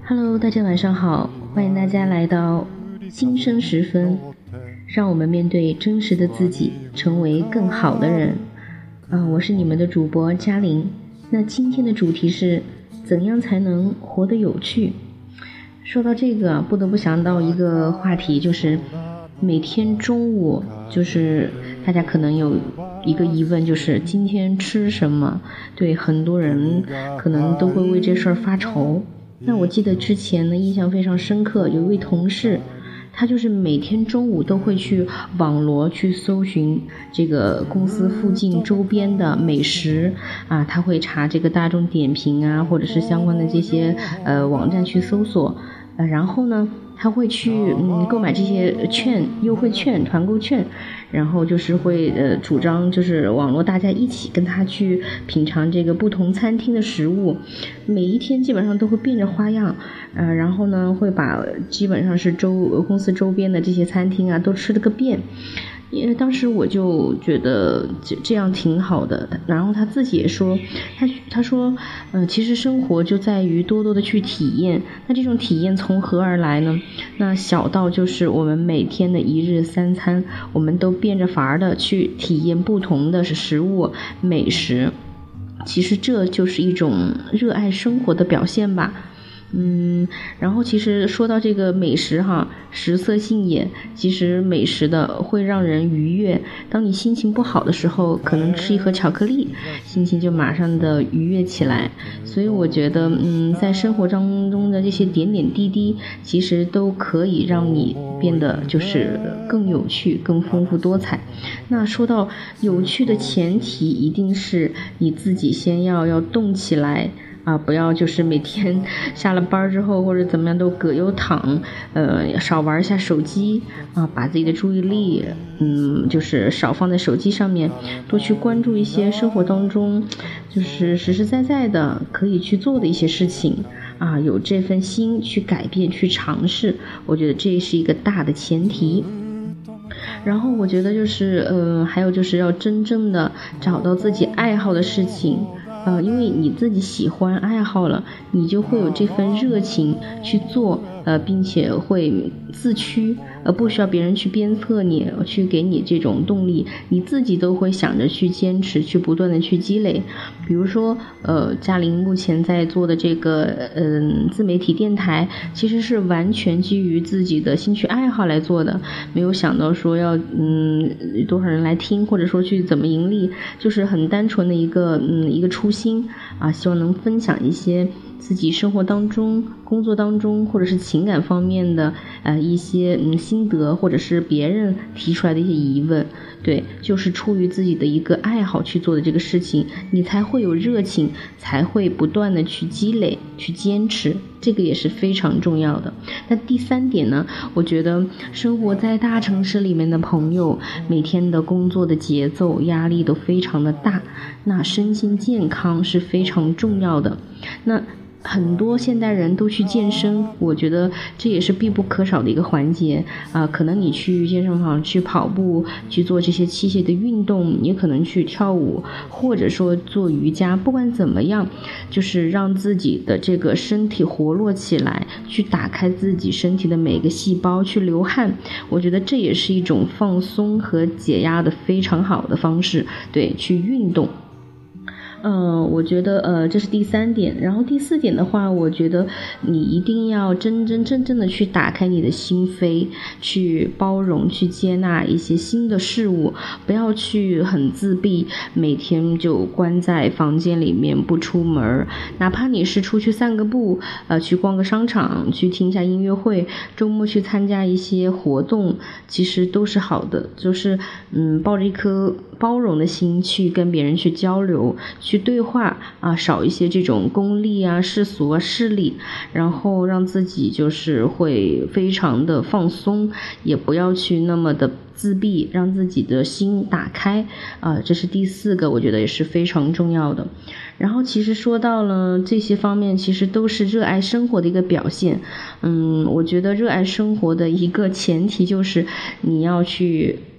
Hello， 大家晚上好，欢迎大家来到今生时分，让我们面对真实的自己，成为更好的人。我是你们的主播嘉玲。那今天的主题是怎样才能活得有趣？说到这个，不得不想到一个话题，就是每天中午，就是大家可能有一个疑问，就是今天吃什么？对，很多人可能都会为这事儿发愁。那我记得之前呢，印象非常深刻，有一位同事，他就是每天中午都会去网罗去搜寻这个公司附近周边的美食啊，他会查这个大众点评啊，或者是相关的这些网站去搜索，然后呢，他会去购买这些优惠券、团购券，然后就是会主张就是网络大家一起跟他去品尝这个不同餐厅的食物，每一天基本上都会变着花样，然后呢会把基本上是公司周边的这些餐厅啊都吃了个遍。因为当时我就觉得这样挺好的，然后他自己也说，他说，其实生活就在于多多的去体验。那这种体验从何而来呢？那小到就是我们每天的一日三餐，我们都变着法儿的去体验不同的食物美食。其实这就是一种热爱生活的表现吧。然后其实说到这个美食哈，食色性也，其实美食的会让人愉悦。当你心情不好的时候，可能吃一盒巧克力，心情就马上的愉悦起来。所以我觉得，在生活当中的这些点点滴滴，其实都可以让你变得就是更有趣、更丰富多彩。那说到有趣的前提，一定是你自己先要动起来。不要就是每天下了班之后或者怎么样都葛优躺，少玩一下手机把自己的注意力就是少放在手机上面，多去关注一些生活当中就是实实在在的可以去做的一些事情有这份心去改变去尝试，我觉得这是一个大的前提。然后我觉得就是还有就是要真正的找到自己爱好的事情。因为你自己喜欢爱好了，你就会有这份热情去做，并且会自驱，不需要别人去鞭策你，去给你这种动力，你自己都会想着去坚持，去不断的去积累。比如说，嘉玲目前在做的这个自媒体电台，其实是完全基于自己的兴趣爱好来做的，没有想到说要多少人来听，或者说去怎么盈利，就是很单纯的一个初心希望能分享一些自己生活当中、工作当中或者是情感方面的一些心得，或者是别人提出来的一些疑问。对，就是出于自己的一个爱好去做的这个事情，你才会有热情，才会不断的去积累、去坚持，这个也是非常重要的。那第三点呢，我觉得生活在大城市里面的朋友，每天的工作的节奏、压力都非常的大，那身心健康是非常重要的。那很多现代人都去健身，我觉得这也是必不可少的一个环节可能你去健身房去跑步，去做这些器械的运动，也可能去跳舞，或者说做瑜伽，不管怎么样，就是让自己的这个身体活络起来，去打开自己身体的每个细胞，去流汗，我觉得这也是一种放松和解压的非常好的方式。对，去运动。我觉得这是第三点。然后第四点的话，我觉得你一定要真正的去打开你的心扉，去包容、去接纳一些新的事物，不要去很自闭，每天就关在房间里面不出门。哪怕你是出去散个步，去逛个商场，去听一下音乐会，周末去参加一些活动，其实都是好的。就是抱着一颗包容的心去跟别人去交流，去对话少一些这种功利世俗势力，然后让自己就是会非常的放松，也不要去那么的自闭，让自己的心打开这是第四个，我觉得也是非常重要的。然后其实说到了这些方面，其实都是热爱生活的一个表现。我觉得热爱生活的一个前提就是你要去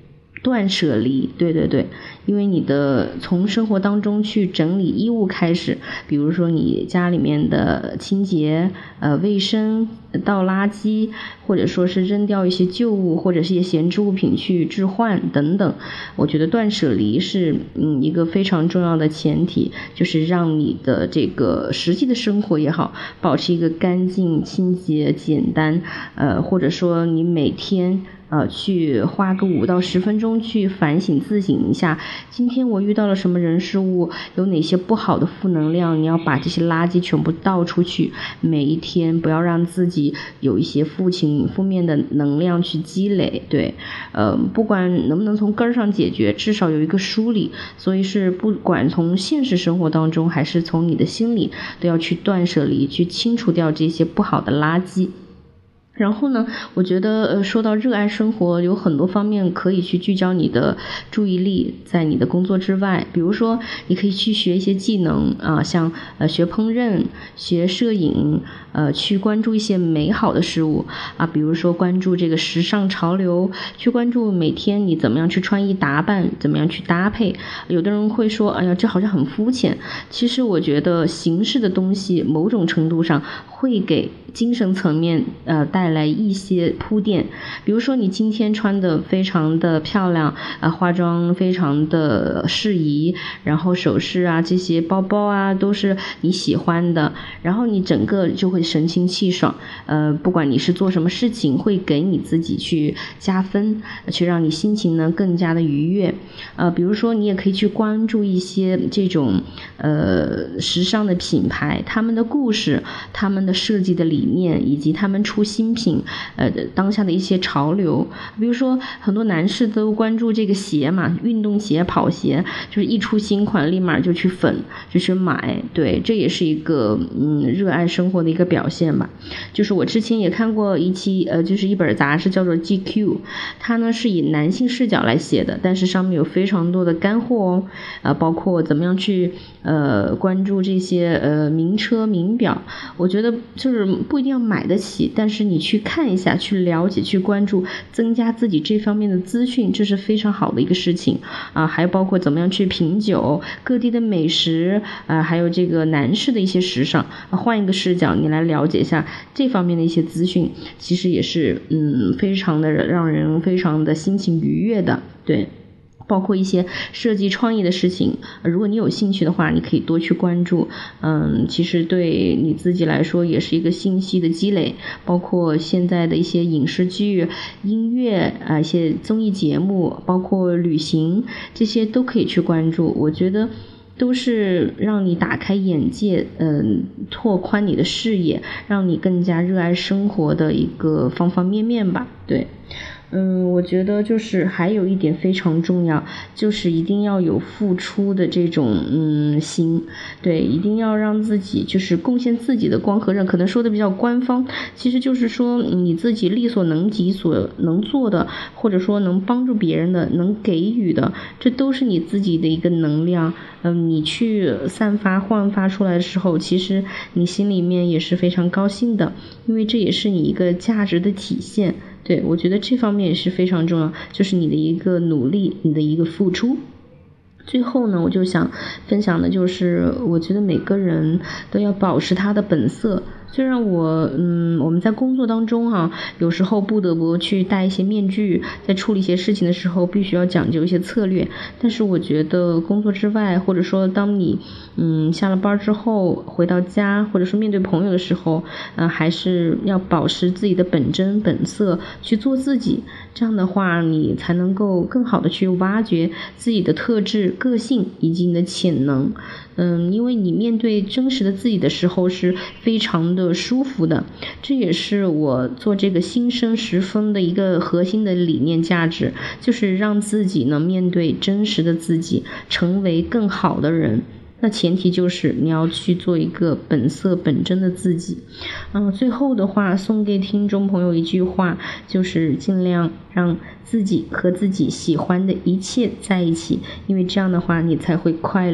断舍离，对，因为你的从生活当中去整理衣物开始，比如说你家里面的清洁、卫生、倒垃圾，或者说是扔掉一些旧物或者是一些闲置物品去置换等等。我觉得断舍离是一个非常重要的前提，就是让你的这个实际的生活也好，保持一个干净、清洁、简单，或者说你每天去花个5到10分钟去反省自省一下，今天我遇到了什么人事物，有哪些不好的负能量，你要把这些垃圾全部倒出去，每一天不要让自己有一些负面的能量去积累，对，不管能不能从根儿上解决，至少有一个梳理，所以是不管从现实生活当中还是从你的心里，都要去断舍离，去清除掉这些不好的垃圾。然后呢，我觉得说到热爱生活，有很多方面可以去聚焦你的注意力在你的工作之外，比如说你可以去学一些技能啊，像学烹饪、学摄影，去关注一些美好的事物啊，比如说关注这个时尚潮流，去关注每天你怎么样去穿衣打扮，怎么样去搭配。有的人会说，哎呀，这好像很肤浅。其实我觉得形式的东西某种程度上会给精神层面带来一些铺垫，比如说你今天穿的非常的漂亮，化妆非常的适宜，然后首饰啊这些包包啊都是你喜欢的，然后你整个就会神清气爽，不管你是做什么事情，会给你自己去加分，去让你心情呢更加的愉悦。比如说你也可以去关注一些这种时尚的品牌，他们的故事，他们的设计的理念，以及他们出新品当下的一些潮流。比如说很多男士都关注这个鞋嘛，运动鞋、跑鞋，就是一出新款立马就去粉，就去买，对，这也是一个热爱生活的一个表现吧。就是我之前也看过一期就是一本杂志叫做 GQ， 它呢是以男性视角来写的，但是上面有非常多的干货包括怎么样去关注这些名车名表。我觉得就是不一定要买得起，但是你去看一下，去了解，去关注，增加自己这方面的资讯，这是非常好的一个事情啊。还有包括怎么样去品酒，各地的美食还有这个男士的一些时尚，换一个视角你来了解一下这方面的一些资讯，其实也是非常的让人非常的心情愉悦的，对。包括一些设计创意的事情，如果你有兴趣的话，你可以多去关注。其实对你自己来说也是一个信息的积累，包括现在的一些影视剧、音乐一些综艺节目，包括旅行，这些都可以去关注。我觉得都是让你打开眼界，拓宽你的视野，让你更加热爱生活的一个方方面面吧，对。我觉得就是还有一点非常重要，就是一定要有付出的这种心，对，一定要让自己就是贡献自己的光和热，可能说的比较官方，其实就是说你自己力所能及所能做的，或者说能帮助别人的，能给予的，这都是你自己的一个能量。你去散发焕发出来的时候，其实你心里面也是非常高兴的，因为这也是你一个价值的体现。对，我觉得这方面也是非常重要，就是你的一个努力，你的一个付出。最后呢，我就想分享的就是，我觉得每个人都要保持他的本色。虽然我们在工作当中有时候不得不去戴一些面具，在处理一些事情的时候必须要讲究一些策略，但是我觉得工作之外，或者说当你下了班之后回到家，或者说面对朋友的时候，还是要保持自己的本真本色，去做自己，这样的话你才能够更好的去挖掘自己的特质、个性以及你的潜能。因为你面对真实的自己的时候是非常的舒服的，这也是我做这个新生十分的一个核心的理念价值，就是让自己呢面对真实的自己，成为更好的人。那前提就是你要去做一个本色本真的自己。最后的话送给听众朋友一句话，就是尽量让自己和自己喜欢的一切在一起，因为这样的话你才会快乐。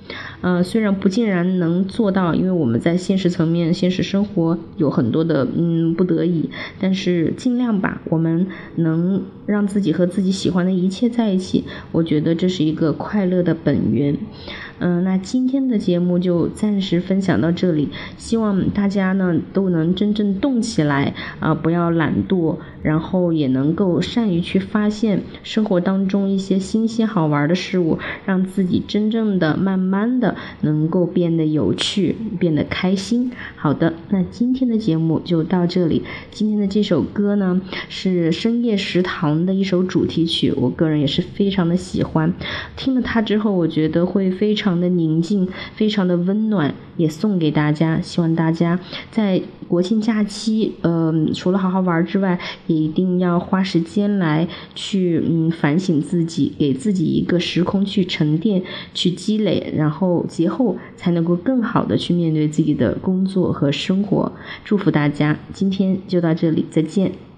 虽然不尽然能做到，因为我们在现实层面、现实生活有很多的不得已，但是尽量吧，我们能让自己和自己喜欢的一切在一起，我觉得这是一个快乐的本源。那今天的节目就暂时分享到这里，希望大家呢都能真正动起来不要懒惰，然后也能够善于去发现生活当中一些新鲜好玩的事物，让自己真正的慢慢的能够变得有趣，变得开心。好的，那今天的节目就到这里。今天的这首歌呢是深夜食堂的一首主题曲，我个人也是非常的喜欢，听了它之后我觉得会非常的宁静，非常的温暖，也送给大家。希望大家在国庆假期除了好好玩之外，也一定要花时间来去反省自己，给自己一个时空去沉淀，去积累，然后节后才能够更好的去面对自己的工作和生活。祝福大家，今天就到这里，再见。